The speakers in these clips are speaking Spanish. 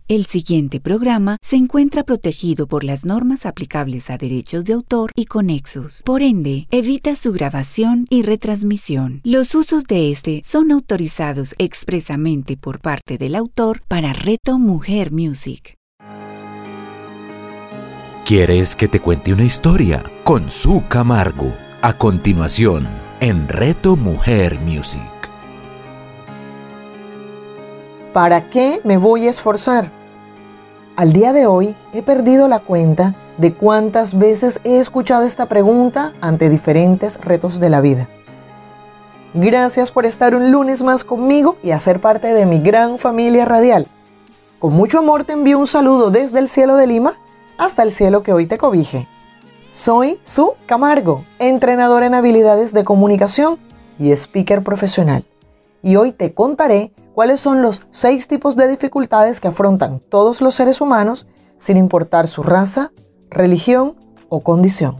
El siguiente programa se encuentra protegido por las normas aplicables a derechos de autor y conexos. Por ende, evita su grabación y retransmisión. Los usos de este son autorizados expresamente por parte del autor para Reto Mujer Music. ¿Quieres que te cuente una historia? Con Su Camargo. A continuación, en Reto Mujer Music. ¿Para qué me voy a esforzar? Al día de hoy he perdido la cuenta de cuántas veces he escuchado esta pregunta ante diferentes retos de la vida. Gracias por estar un lunes más conmigo y hacer parte de mi gran familia radial. Con mucho amor te envío un saludo desde el cielo de Lima hasta el cielo que hoy te cobije. Soy Su Camargo, entrenadora en habilidades de comunicación y speaker profesional. Y hoy te contaré cuáles son los 6 tipos de dificultades que afrontan todos los seres humanos sin importar su raza, religión o condición.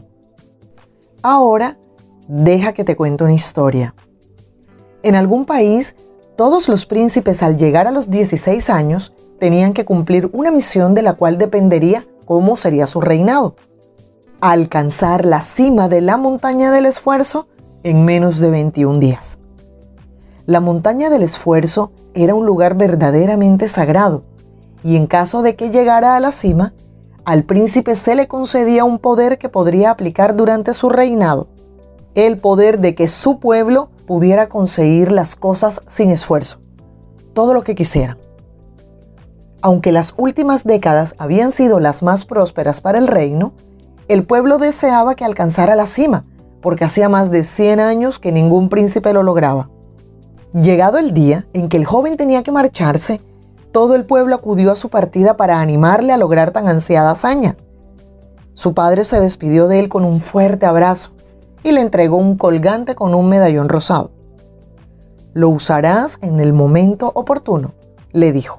Ahora, deja que te cuente una historia. En algún país, todos los príncipes al llegar a los 16 años tenían que cumplir una misión de la cual dependería cómo sería su reinado. Alcanzar la cima de la montaña del esfuerzo en menos de 21 días. La montaña del esfuerzo era un lugar verdaderamente sagrado, y en caso de que llegara a la cima, al príncipe se le concedía un poder que podría aplicar durante su reinado, el poder de que su pueblo pudiera conseguir las cosas sin esfuerzo, todo lo que quisieran. Aunque las últimas décadas habían sido las más prósperas para el reino, el pueblo deseaba que alcanzara la cima, porque hacía más de 100 años que ningún príncipe lo lograba. Llegado el día en que el joven tenía que marcharse, todo el pueblo acudió a su partida para animarle a lograr tan ansiada hazaña. Su padre se despidió de él con un fuerte abrazo y le entregó un colgante con un medallón rosado. «Lo usarás en el momento oportuno», le dijo.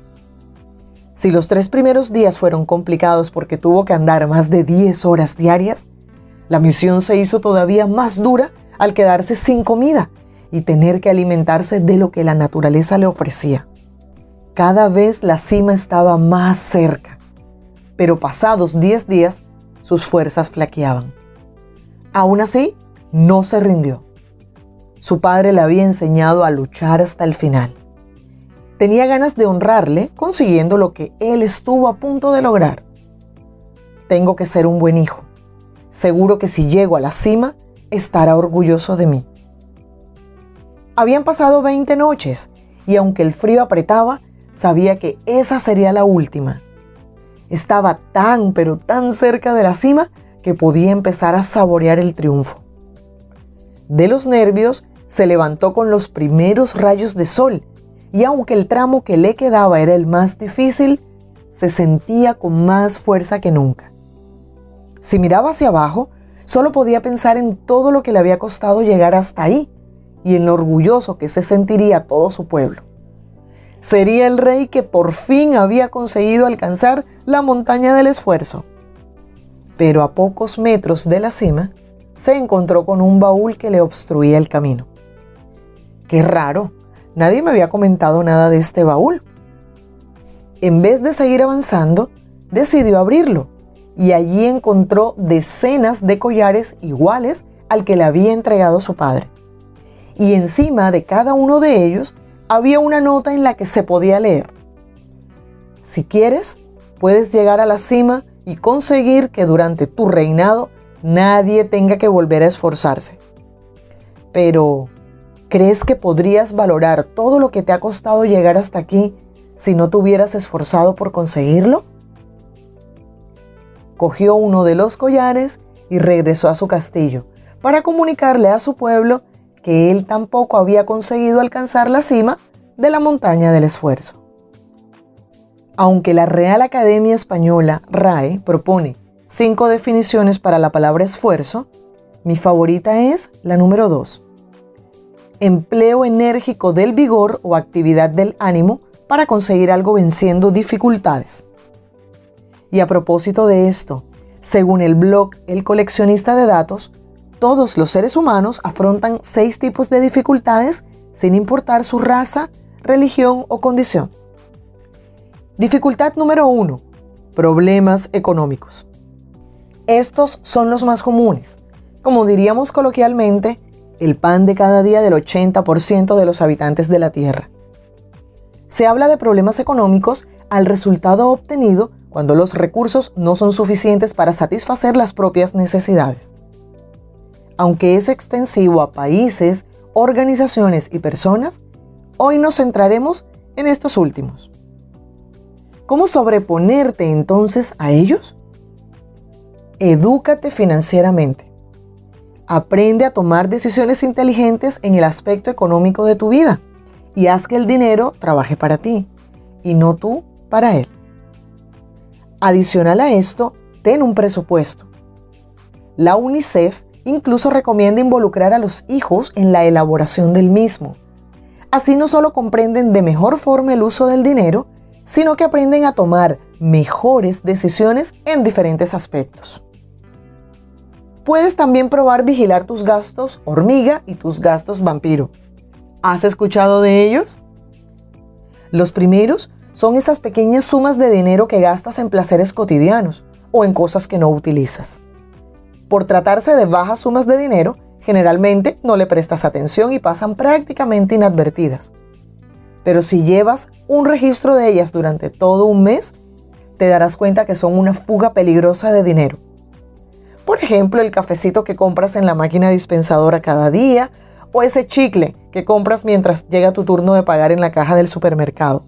Si los 3 primeros días fueron complicados porque tuvo que andar más de 10 horas diarias, la misión se hizo todavía más dura al quedarse sin comida y tener que alimentarse de lo que la naturaleza le ofrecía. Cada vez la cima estaba más cerca, pero pasados 10 días, sus fuerzas flaqueaban. Aún así, no se rindió. Su padre le había enseñado a luchar hasta el final. Tenía ganas de honrarle consiguiendo lo que él estuvo a punto de lograr. Tengo que ser un buen hijo. Seguro que si llego a la cima, estará orgulloso de mí. Habían pasado 20 noches y aunque el frío apretaba, sabía que esa sería la última. Estaba tan pero tan cerca de la cima que podía empezar a saborear el triunfo. De los nervios, se levantó con los primeros rayos de sol y aunque el tramo que le quedaba era el más difícil, se sentía con más fuerza que nunca. Si miraba hacia abajo, solo podía pensar en todo lo que le había costado llegar hasta ahí y en lo orgulloso que se sentiría todo su pueblo. Sería el rey que por fin había conseguido alcanzar la montaña del esfuerzo. Pero a pocos metros de la cima, se encontró con un baúl que le obstruía el camino. ¡Qué raro! Nadie me había comentado nada de este baúl. En vez de seguir avanzando, decidió abrirlo y allí encontró decenas de collares iguales al que le había entregado su padre. Y encima de cada uno de ellos había una nota en la que se podía leer: si quieres, puedes llegar a la cima y conseguir que durante tu reinado nadie tenga que volver a esforzarse. Pero, ¿crees que podrías valorar todo lo que te ha costado llegar hasta aquí si no te hubieras esforzado por conseguirlo? Cogió uno de los collares y regresó a su castillo para comunicarle a su pueblo que él tampoco había conseguido alcanzar la cima de la montaña del esfuerzo. Aunque la Real Academia Española, RAE, propone 5 definiciones para la palabra esfuerzo, mi favorita es la número 2. Empleo enérgico del vigor o actividad del ánimo para conseguir algo venciendo dificultades. Y a propósito de esto, según el blog El Coleccionista de Datos, todos los seres humanos afrontan 6 tipos de dificultades sin importar su raza, religión o condición. Dificultad número 1. Problemas económicos. Estos son los más comunes. Como diríamos coloquialmente, el pan de cada día del 80% de los habitantes de la Tierra. Se habla de problemas económicos al resultado obtenido cuando los recursos no son suficientes para satisfacer las propias necesidades. Aunque es extensivo a países, organizaciones y personas, hoy nos centraremos en estos últimos. ¿Cómo sobreponerte entonces a ellos? Edúcate financieramente. Aprende a tomar decisiones inteligentes en el aspecto económico de tu vida y haz que el dinero trabaje para ti y no tú para él. Adicional a esto, ten un presupuesto. La UNICEF incluso recomienda involucrar a los hijos en la elaboración del mismo. Así no solo comprenden de mejor forma el uso del dinero, sino que aprenden a tomar mejores decisiones en diferentes aspectos. Puedes también probar vigilar tus gastos hormiga y tus gastos vampiro. ¿Has escuchado de ellos? Los primeros son esas pequeñas sumas de dinero que gastas en placeres cotidianos o en cosas que no utilizas. Por tratarse de bajas sumas de dinero, generalmente no le prestas atención y pasan prácticamente inadvertidas. Pero si llevas un registro de ellas durante todo un mes, te darás cuenta que son una fuga peligrosa de dinero. Por ejemplo, el cafecito que compras en la máquina dispensadora cada día o ese chicle que compras mientras llega tu turno de pagar en la caja del supermercado.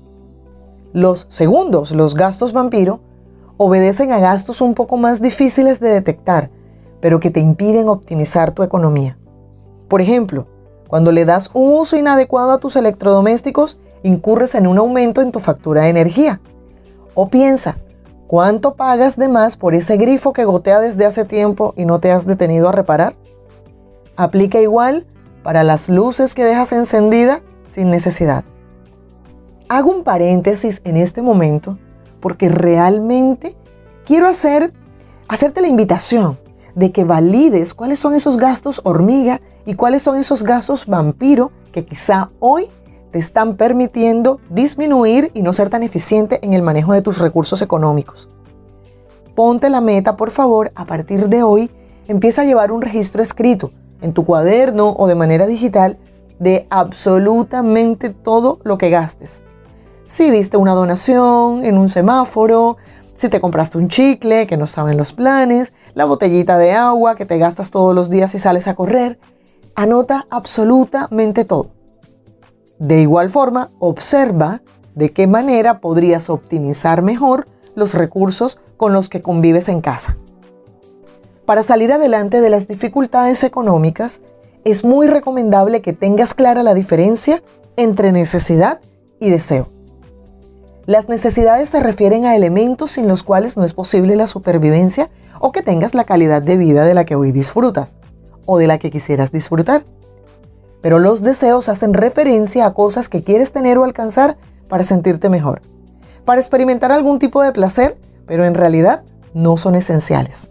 Los segundos, los gastos vampiro, obedecen a gastos un poco más difíciles de detectar, pero que te impiden optimizar tu economía. Por ejemplo, cuando le das un uso inadecuado a tus electrodomésticos, incurres en un aumento en tu factura de energía. O piensa, ¿cuánto pagas de más por ese grifo que gotea desde hace tiempo y no te has detenido a reparar? Aplica igual para las luces que dejas encendida sin necesidad. Hago un paréntesis en este momento porque realmente quiero hacerte la invitación de que valides cuáles son esos gastos hormiga y cuáles son esos gastos vampiro que quizá hoy te están permitiendo disminuir y no ser tan eficiente en el manejo de tus recursos económicos. Ponte la meta, por favor, a partir de hoy, empieza a llevar un registro escrito en tu cuaderno o de manera digital de absolutamente todo lo que gastes. Si diste una donación en un semáforo, si te compraste un chicle que no estaba en los planes, la botellita de agua que te gastas todos los días si sales a correr, anota absolutamente todo. De igual forma, observa de qué manera podrías optimizar mejor los recursos con los que convives en casa. Para salir adelante de las dificultades económicas, es muy recomendable que tengas clara la diferencia entre necesidad y deseo. Las necesidades se refieren a elementos sin los cuales no es posible la supervivencia o que tengas la calidad de vida de la que hoy disfrutas o de la que quisieras disfrutar. Pero los deseos hacen referencia a cosas que quieres tener o alcanzar para sentirte mejor, para experimentar algún tipo de placer, pero en realidad no son esenciales.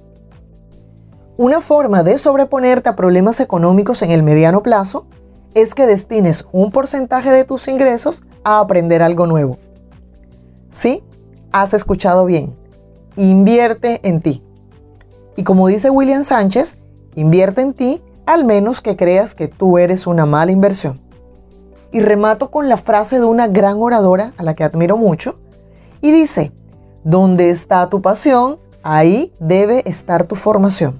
Una forma de sobreponerte a problemas económicos en el mediano plazo es que destines un porcentaje de tus ingresos a aprender algo nuevo. Sí, has escuchado bien. Invierte en ti. Y como dice William Sánchez, invierte en ti al menos que creas que tú eres una mala inversión. Y remato con la frase de una gran oradora a la que admiro mucho, y dice, ¿dónde está tu pasión? Ahí debe estar tu formación.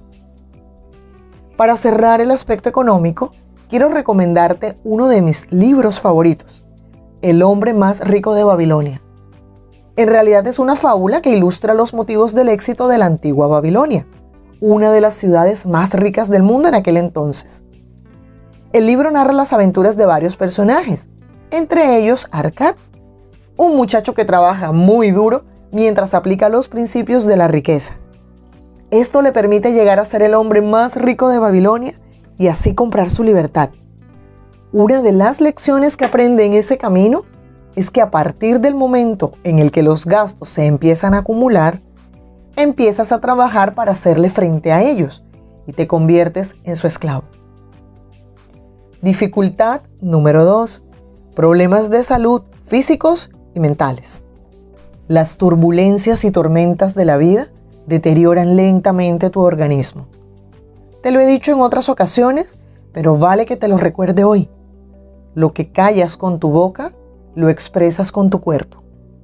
Para cerrar el aspecto económico, quiero recomendarte uno de mis libros favoritos, El hombre más rico de Babilonia. En realidad es una fábula que ilustra los motivos del éxito de la antigua Babilonia, una de las ciudades más ricas del mundo en aquel entonces. El libro narra las aventuras de varios personajes, entre ellos Arcad, un muchacho que trabaja muy duro mientras aplica los principios de la riqueza. Esto le permite llegar a ser el hombre más rico de Babilonia y así comprar su libertad. Una de las lecciones que aprende en ese camino es que a partir del momento en el que los gastos se empiezan a acumular, empiezas a trabajar para hacerle frente a ellos y te conviertes en su esclavo. Dificultad número 2. Problemas de salud físicos y mentales. Las turbulencias y tormentas de la vida deterioran lentamente tu organismo. Te lo he dicho en otras ocasiones, pero vale que te lo recuerde hoy. Lo que callas con tu boca, lo expresas con tu cuerpo.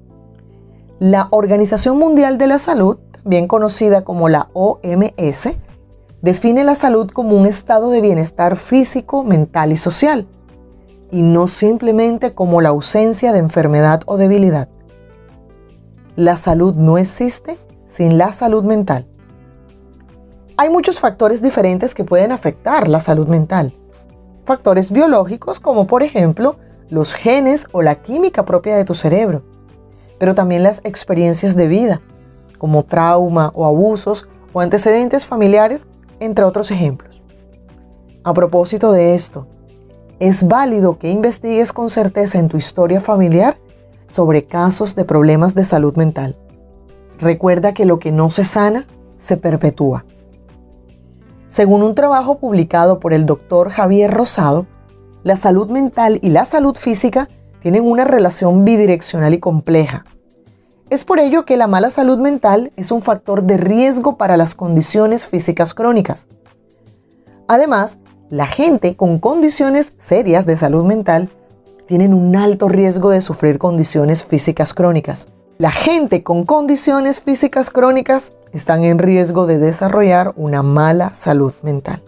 La Organización Mundial de la Salud, también conocida como la OMS, define la salud como un estado de bienestar físico, mental y social, y no simplemente como la ausencia de enfermedad o debilidad. La salud no existe sin la salud mental. Hay muchos factores diferentes que pueden afectar la salud mental. Factores biológicos como por ejemplo los genes o la química propia de tu cerebro, pero también las experiencias de vida, como trauma o abusos o antecedentes familiares, entre otros ejemplos. A propósito de esto, es válido que investigues con certeza en tu historia familiar sobre casos de problemas de salud mental. Recuerda que lo que no se sana, se perpetúa. Según un trabajo publicado por el Dr. Javier Rosado, la salud mental y la salud física tienen una relación bidireccional y compleja. Es por ello que la mala salud mental es un factor de riesgo para las condiciones físicas crónicas. Además, la gente con condiciones serias de salud mental tienen un alto riesgo de sufrir condiciones físicas crónicas. La gente con condiciones físicas crónicas están en riesgo de desarrollar una mala salud mental.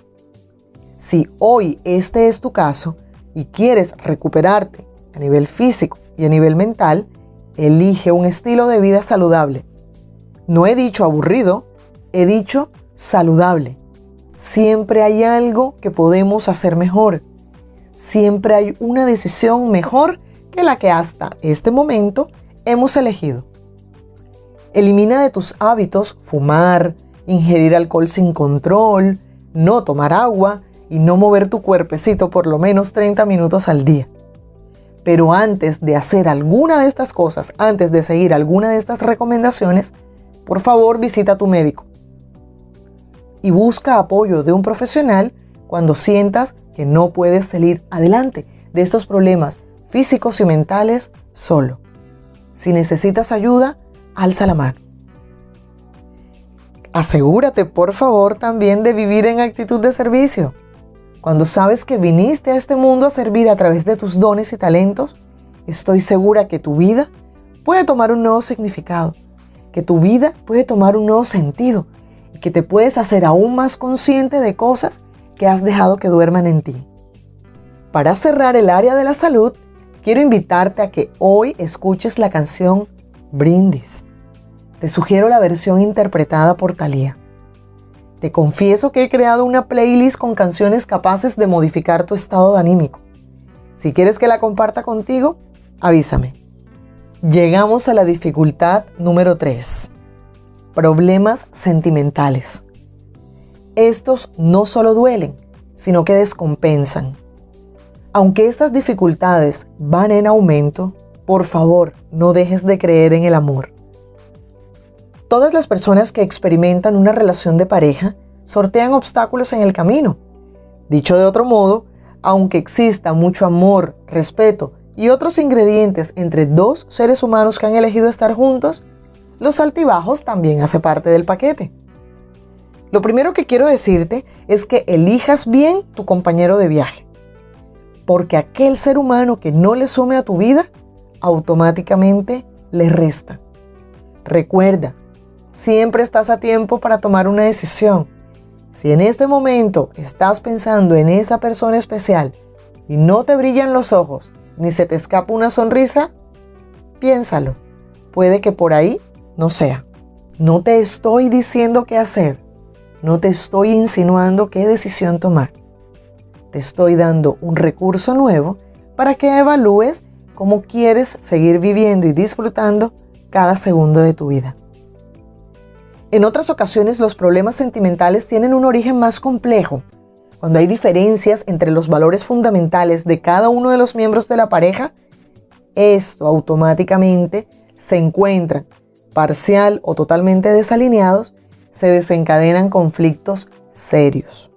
Si hoy este es tu caso y quieres recuperarte a nivel físico y a nivel mental, elige un estilo de vida saludable. No he dicho aburrido, he dicho saludable. Siempre hay algo que podemos hacer mejor. Siempre hay una decisión mejor que la que hasta este momento hemos elegido. Elimina de tus hábitos fumar, ingerir alcohol sin control, no tomar agua y no mover tu cuerpecito por lo menos 30 minutos al día. Pero antes de hacer alguna de estas cosas, antes de seguir alguna de estas recomendaciones, por favor visita a tu médico y busca apoyo de un profesional cuando sientas que no puedes salir adelante de estos problemas físicos y mentales solo. Si necesitas ayuda, alza la mano. Asegúrate, por favor, también de vivir en actitud de servicio. Cuando sabes que viniste a este mundo a servir a través de tus dones y talentos, estoy segura que tu vida puede tomar un nuevo significado, que tu vida puede tomar un nuevo sentido y que te puedes hacer aún más consciente de cosas que has dejado que duerman en ti. Para cerrar el área de la salud, quiero invitarte a que hoy escuches la canción Brindis. Te sugiero la versión interpretada por Thalía. Te confieso que he creado una playlist con canciones capaces de modificar tu estado anímico. Si quieres que la comparta contigo, avísame. Llegamos a la dificultad número 3. Problemas sentimentales. Estos no solo duelen, sino que descompensan. Aunque estas dificultades van en aumento, por favor, no dejes de creer en el amor. Todas las personas que experimentan una relación de pareja sortean obstáculos en el camino. Dicho de otro modo, aunque exista mucho amor, respeto y otros ingredientes entre dos seres humanos que han elegido estar juntos, los altibajos también hacen parte del paquete. Lo primero que quiero decirte es que elijas bien tu compañero de viaje, porque aquel ser humano que no le sume a tu vida, automáticamente le resta. Recuerda, siempre estás a tiempo para tomar una decisión. Si en este momento estás pensando en esa persona especial y no te brillan los ojos, ni se te escapa una sonrisa, piénsalo. Puede que por ahí no sea. No te estoy diciendo qué hacer. No te estoy insinuando qué decisión tomar. Te estoy dando un recurso nuevo para que evalúes cómo quieres seguir viviendo y disfrutando cada segundo de tu vida. En otras ocasiones, los problemas sentimentales tienen un origen más complejo. Cuando hay diferencias entre los valores fundamentales de cada uno de los miembros de la pareja, esto automáticamente se encuentran parcial o totalmente desalineados, se desencadenan conflictos serios.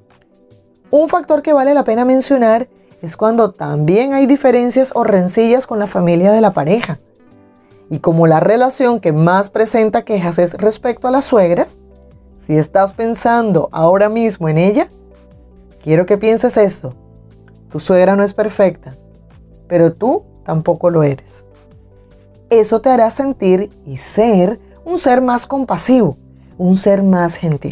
Un factor que vale la pena mencionar es cuando también hay diferencias o rencillas con la familia de la pareja. Y como la relación que más presenta quejas es respecto a las suegras, si estás pensando ahora mismo en ella, quiero que pienses esto. Tu suegra no es perfecta, pero tú tampoco lo eres. Eso te hará sentir y ser un ser más compasivo, un ser más gentil.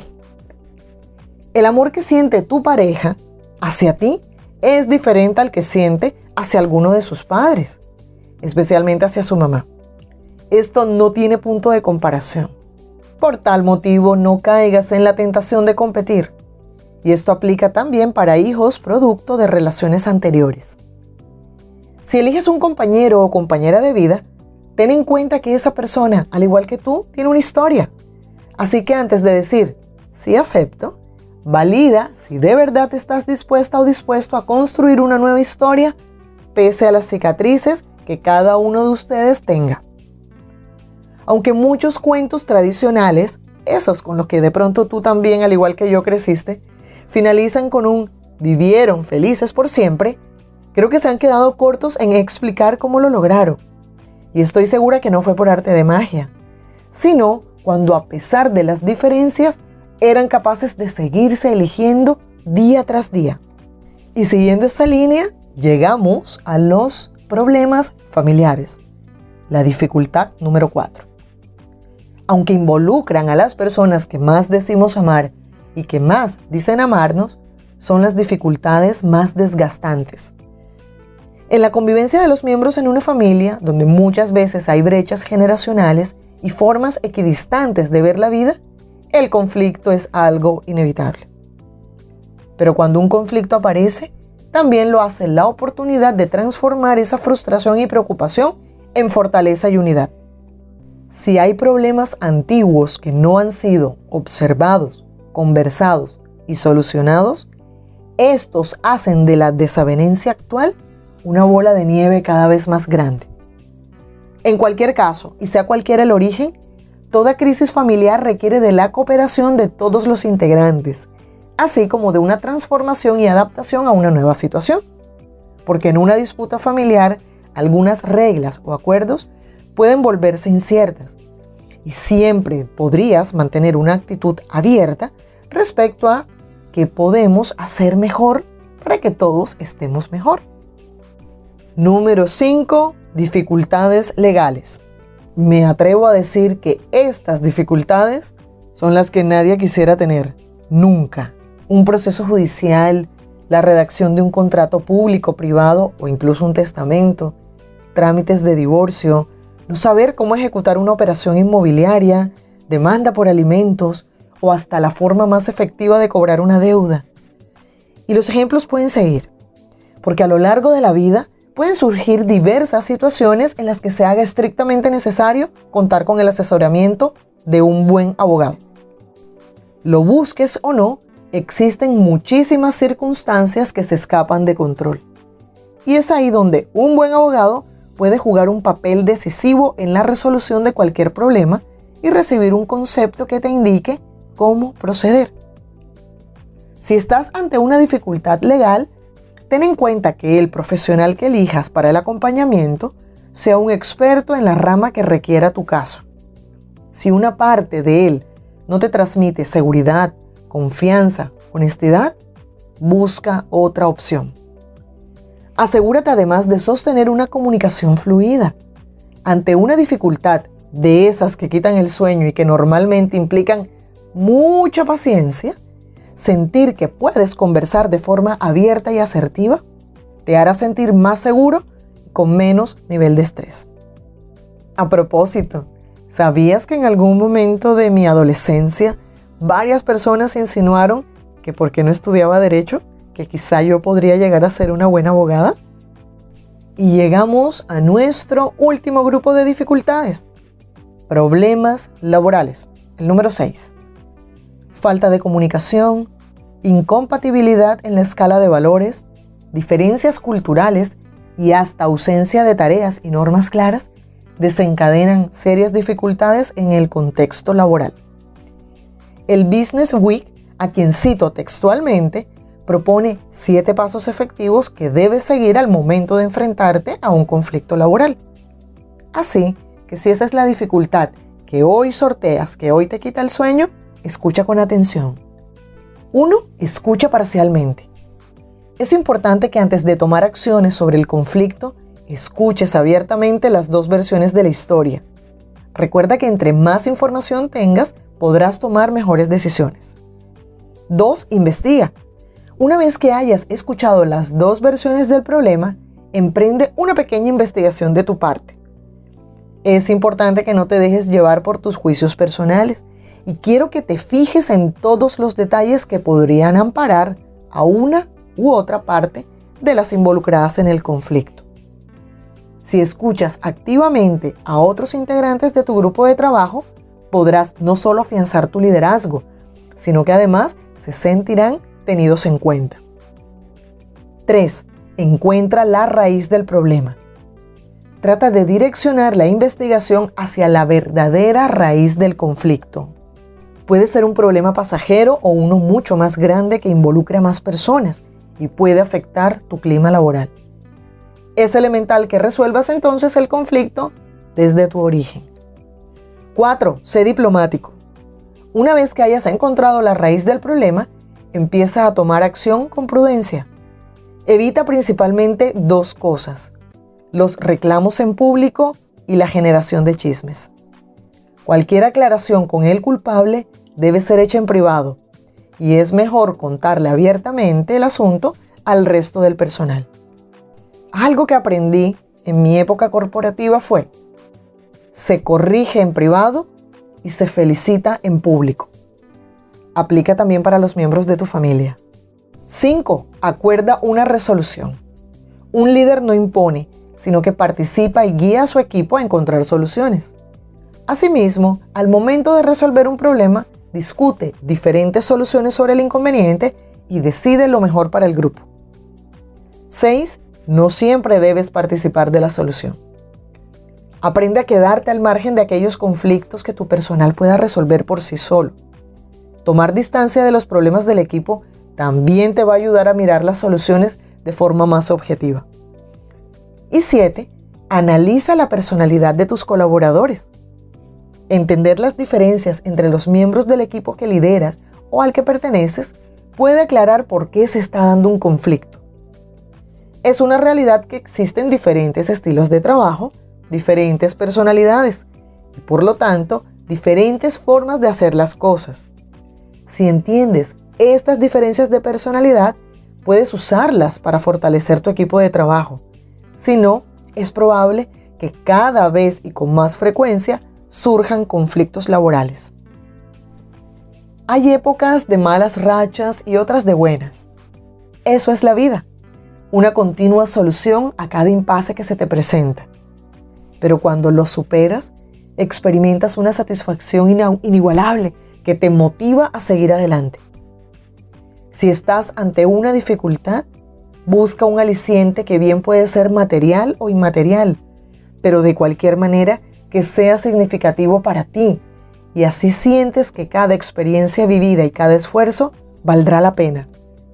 El amor que siente tu pareja hacia ti es diferente al que siente hacia alguno de sus padres, especialmente hacia su mamá. Esto no tiene punto de comparación. Por tal motivo, no caigas en la tentación de competir. Y esto aplica también para hijos producto de relaciones anteriores. Si eliges un compañero o compañera de vida, ten en cuenta que esa persona, al igual que tú, tiene una historia. Así que antes de decir, sí acepto, valida si de verdad estás dispuesta o dispuesto a construir una nueva historia, pese a las cicatrices que cada uno de ustedes tenga. Aunque muchos cuentos tradicionales, esos con los que de pronto tú también, al igual que yo, creciste, finalizan con un vivieron felices por siempre, creo que se han quedado cortos en explicar cómo lo lograron. Y estoy segura que no fue por arte de magia, sino cuando a pesar de las diferencias, eran capaces de seguirse eligiendo día tras día. Y siguiendo esta línea, llegamos a los problemas familiares. La dificultad número 4. Aunque involucran a las personas que más decimos amar y que más dicen amarnos, son las dificultades más desgastantes. En la convivencia de los miembros en una familia, donde muchas veces hay brechas generacionales y formas equidistantes de ver la vida, el conflicto es algo inevitable. Pero cuando un conflicto aparece, también lo hace la oportunidad de transformar esa frustración y preocupación en fortaleza y unidad. Si hay problemas antiguos que no han sido observados, conversados y solucionados, estos hacen de la desavenencia actual una bola de nieve cada vez más grande. En cualquier caso, y sea cualquiera el origen, toda crisis familiar requiere de la cooperación de todos los integrantes, así como de una transformación y adaptación a una nueva situación. Porque en una disputa familiar, algunas reglas o acuerdos pueden volverse inciertas y siempre podrías mantener una actitud abierta respecto a qué podemos hacer mejor para que todos estemos mejor. Número 5. Dificultades legales. Me atrevo a decir que estas dificultades son las que nadie quisiera tener, nunca. Un proceso judicial, la redacción de un contrato público, privado o incluso un testamento, trámites de divorcio, no saber cómo ejecutar una operación inmobiliaria, demanda por alimentos o hasta la forma más efectiva de cobrar una deuda. Y los ejemplos pueden seguir, porque a lo largo de la vida pueden surgir diversas situaciones en las que se haga estrictamente necesario contar con el asesoramiento de un buen abogado. Lo busques o no, existen muchísimas circunstancias que se escapan de control. Y es ahí donde un buen abogado puede jugar un papel decisivo en la resolución de cualquier problema y recibir un concepto que te indique cómo proceder. Si estás ante una dificultad legal, ten en cuenta que el profesional que elijas para el acompañamiento sea un experto en la rama que requiera tu caso. Si una parte de él no te transmite seguridad, confianza, honestidad, busca otra opción. Asegúrate además de sostener una comunicación fluida. Ante una dificultad de esas que quitan el sueño y que normalmente implican mucha paciencia, sentir que puedes conversar de forma abierta y asertiva te hará sentir más seguro y con menos nivel de estrés. A propósito, ¿sabías que en algún momento de mi adolescencia varias personas insinuaron que por qué no estudiaba Derecho, que quizá yo podría llegar a ser una buena abogada? Y llegamos a nuestro último grupo de dificultades: problemas laborales. El número 6. Falta de comunicación, incompatibilidad en la escala de valores, diferencias culturales y hasta ausencia de tareas y normas claras desencadenan serias dificultades en el contexto laboral. El Business Week, a quien cito textualmente, propone 7 pasos efectivos que debes seguir al momento de enfrentarte a un conflicto laboral. Así que si esa es la dificultad que hoy sorteas, que hoy te quita el sueño, escucha con atención. 1. Escucha parcialmente. Es importante que antes de tomar acciones sobre el conflicto, escuches abiertamente las dos versiones de la historia. Recuerda que entre más información tengas, podrás tomar mejores decisiones. 2. Investiga. Una vez que hayas escuchado las dos versiones del problema, emprende una pequeña investigación de tu parte. Es importante que no te dejes llevar por tus juicios personales y quiero que te fijes en todos los detalles que podrían amparar a una u otra parte de las involucradas en el conflicto. Si escuchas activamente a otros integrantes de tu grupo de trabajo, podrás no solo afianzar tu liderazgo, sino que además se sentirán tenidos en cuenta. 3. Encuentra la raíz del problema. Trata de direccionar la investigación hacia la verdadera raíz del conflicto. Puede ser un problema pasajero o uno mucho más grande que involucre a más personas y puede afectar tu clima laboral. Es elemental que resuelvas entonces el conflicto desde tu origen. 4. Sé diplomático. Una vez que hayas encontrado la raíz del problema, empieza a tomar acción con prudencia. Evita principalmente dos cosas: los reclamos en público y la generación de chismes. Cualquier aclaración con el culpable debe ser hecha en privado y es mejor contarle abiertamente el asunto al resto del personal. Algo que aprendí en mi época corporativa fue: se corrige en privado y se felicita en público. Aplica también para los miembros de tu familia. 5. Acuerda una resolución. Un líder no impone, sino que participa y guía a su equipo a encontrar soluciones. Asimismo, al momento de resolver un problema, discute diferentes soluciones sobre el inconveniente y decide lo mejor para el grupo. 6. No siempre debes participar de la solución. Aprende a quedarte al margen de aquellos conflictos que tu personal pueda resolver por sí solo. Tomar distancia de los problemas del equipo también te va a ayudar a mirar las soluciones de forma más objetiva. Y 7. Analiza la personalidad de tus colaboradores. Entender las diferencias entre los miembros del equipo que lideras o al que perteneces puede aclarar por qué se está dando un conflicto. Es una realidad que existen diferentes estilos de trabajo, diferentes personalidades y por lo tanto diferentes formas de hacer las cosas. Si entiendes estas diferencias de personalidad, puedes usarlas para fortalecer tu equipo de trabajo. Si no, es probable que cada vez y con más frecuencia surjan conflictos laborales. Hay épocas de malas rachas y otras de buenas. Eso es la vida, una continua solución a cada impasse que se te presenta. Pero cuando lo superas, experimentas una satisfacción inigualable que te motiva a seguir adelante. Si estás ante una dificultad, busca un aliciente que bien puede ser material o inmaterial, pero de cualquier manera que sea significativo para ti, y así sientes que cada experiencia vivida y cada esfuerzo valdrá la pena.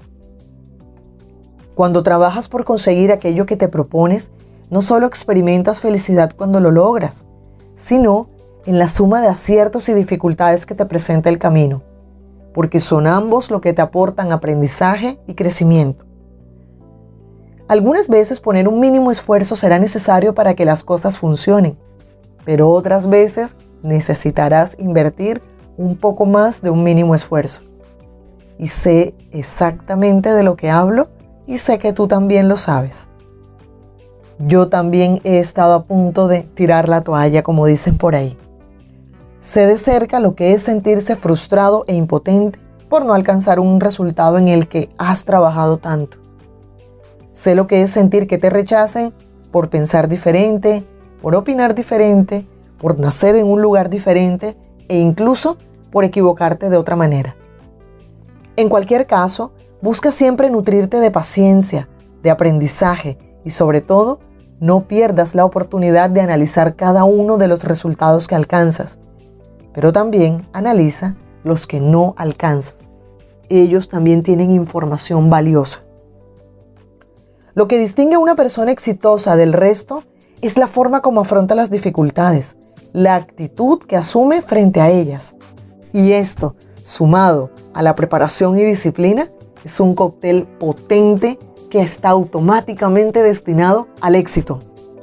Cuando trabajas por conseguir aquello que te propones, no solo experimentas felicidad cuando lo logras, sino en la suma de aciertos y dificultades que te presenta el camino, porque son ambos lo que te aportan aprendizaje y crecimiento. Algunas veces poner un mínimo esfuerzo será necesario para que las cosas funcionen, pero otras veces necesitarás invertir un poco más de un mínimo esfuerzo. Y sé exactamente de lo que hablo y sé que tú también lo sabes. Yo también he estado a punto de tirar la toalla, como dicen por ahí. Sé de cerca lo que es sentirse frustrado e impotente por no alcanzar un resultado en el que has trabajado tanto. Sé lo que es sentir que te rechacen por pensar diferente, por opinar diferente, por nacer en un lugar diferente e incluso por equivocarte de otra manera. En cualquier caso, busca siempre nutrirte de paciencia, de aprendizaje y sobre todo, no pierdas la oportunidad de analizar cada uno de los resultados que alcanzas, pero también analiza los que no alcanzas. Ellos también tienen información valiosa. Lo que distingue a una persona exitosa del resto es la forma como afronta las dificultades, la actitud que asume frente a ellas. Y esto, sumado a la preparación y disciplina, es un cóctel potente que está automáticamente destinado al éxito.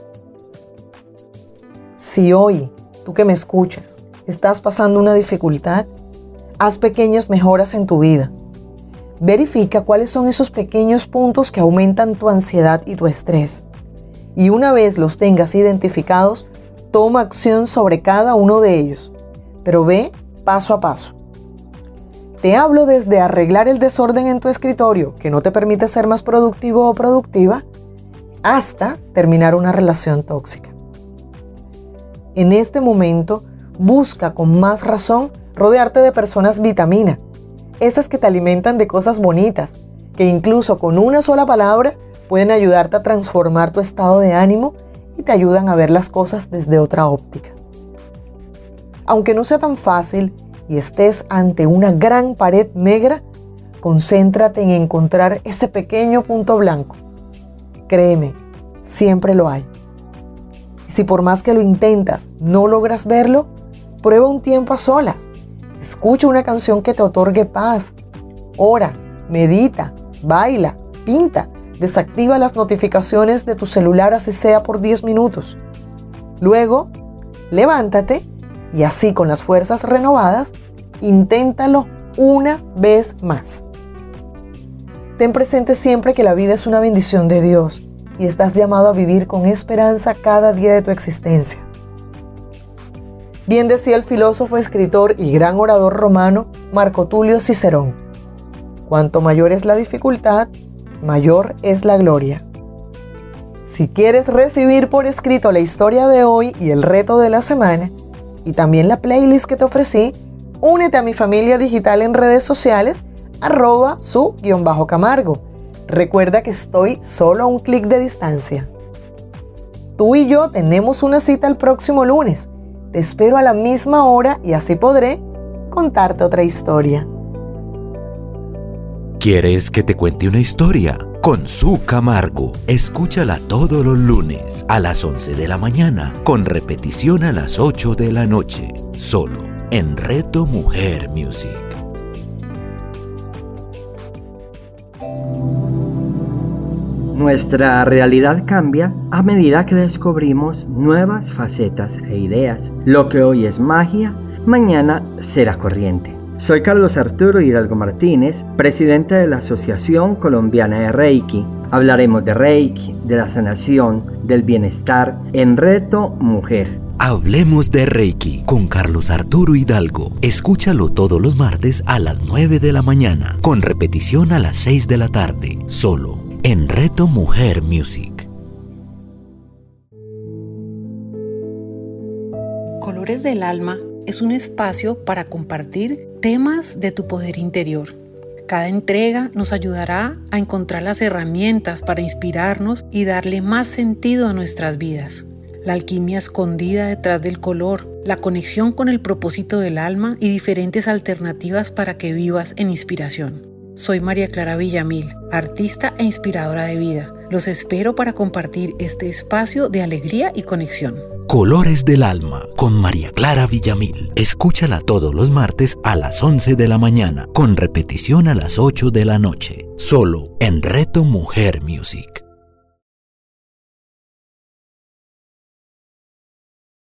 Si hoy, tú que me escuchas, estás pasando una dificultad, haz pequeñas mejoras en tu vida. Verifica cuáles son esos pequeños puntos que aumentan tu ansiedad y tu estrés. Y una vez los tengas identificados, toma acción sobre cada uno de ellos, pero ve paso a paso. Te hablo desde arreglar el desorden en tu escritorio que no te permite ser más productivo o productiva, hasta terminar una relación tóxica. En este momento, busca con más razón rodearte de personas vitamina, esas que te alimentan de cosas bonitas, que incluso con una sola palabra pueden ayudarte a transformar tu estado de ánimo y te ayudan a ver las cosas desde otra óptica. Aunque no sea tan fácil y estés ante una gran pared negra, concéntrate en encontrar ese pequeño punto blanco. Créeme, siempre lo hay. Y si por más que lo intentas no logras verlo, prueba un tiempo a solas. Escucha una canción que te otorgue paz. Ora, medita, baila, pinta. Desactiva las notificaciones de tu celular así sea por 10 minutos. Luego, levántate y así con las fuerzas renovadas, inténtalo una vez más. Ten presente siempre que la vida es una bendición de Dios y estás llamado a vivir con esperanza cada día de tu existencia. Bien decía el filósofo, escritor y gran orador romano Marco Tulio Cicerón: cuanto mayor es la dificultad, mayor es la gloria. Si quieres recibir por escrito la historia de hoy y el reto de la semana, y también la playlist que te ofrecí, únete a mi familia digital en redes sociales, @su_camargo. Recuerda que estoy solo a un clic de distancia. Tú y yo tenemos una cita el próximo lunes. Te espero a la misma hora y así podré contarte otra historia. ¿Quieres que te cuente una historia? Con Su Camargo. Escúchala todos los lunes a las 11 de la mañana, con repetición a las 8 de la noche, solo en Reto Mujer Music. Nuestra realidad cambia a medida que descubrimos nuevas facetas e ideas. Lo que hoy es magia, mañana será corriente. Soy Carlos Arturo Hidalgo Martínez, presidente de la Asociación Colombiana de Reiki. Hablaremos de Reiki, de la sanación, del bienestar en Reto Mujer. Hablemos de Reiki con Carlos Arturo Hidalgo. Escúchalo todos los martes a las 9 de la mañana, con repetición a las 6 de la tarde, solo en Reto Mujer Music. Colores del Alma es un espacio para compartir temas de tu poder interior. Cada entrega nos ayudará a encontrar las herramientas para inspirarnos y darle más sentido a nuestras vidas. La alquimia escondida detrás del color, la conexión con el propósito del alma y diferentes alternativas para que vivas en inspiración. Soy María Clara Villamil, artista e inspiradora de vida. Los espero para compartir este espacio de alegría y conexión. Colores del Alma con María Clara Villamil. Escúchala todos los martes a las 11 de la mañana, con repetición a las 8 de la noche, solo en Reto Mujer Music.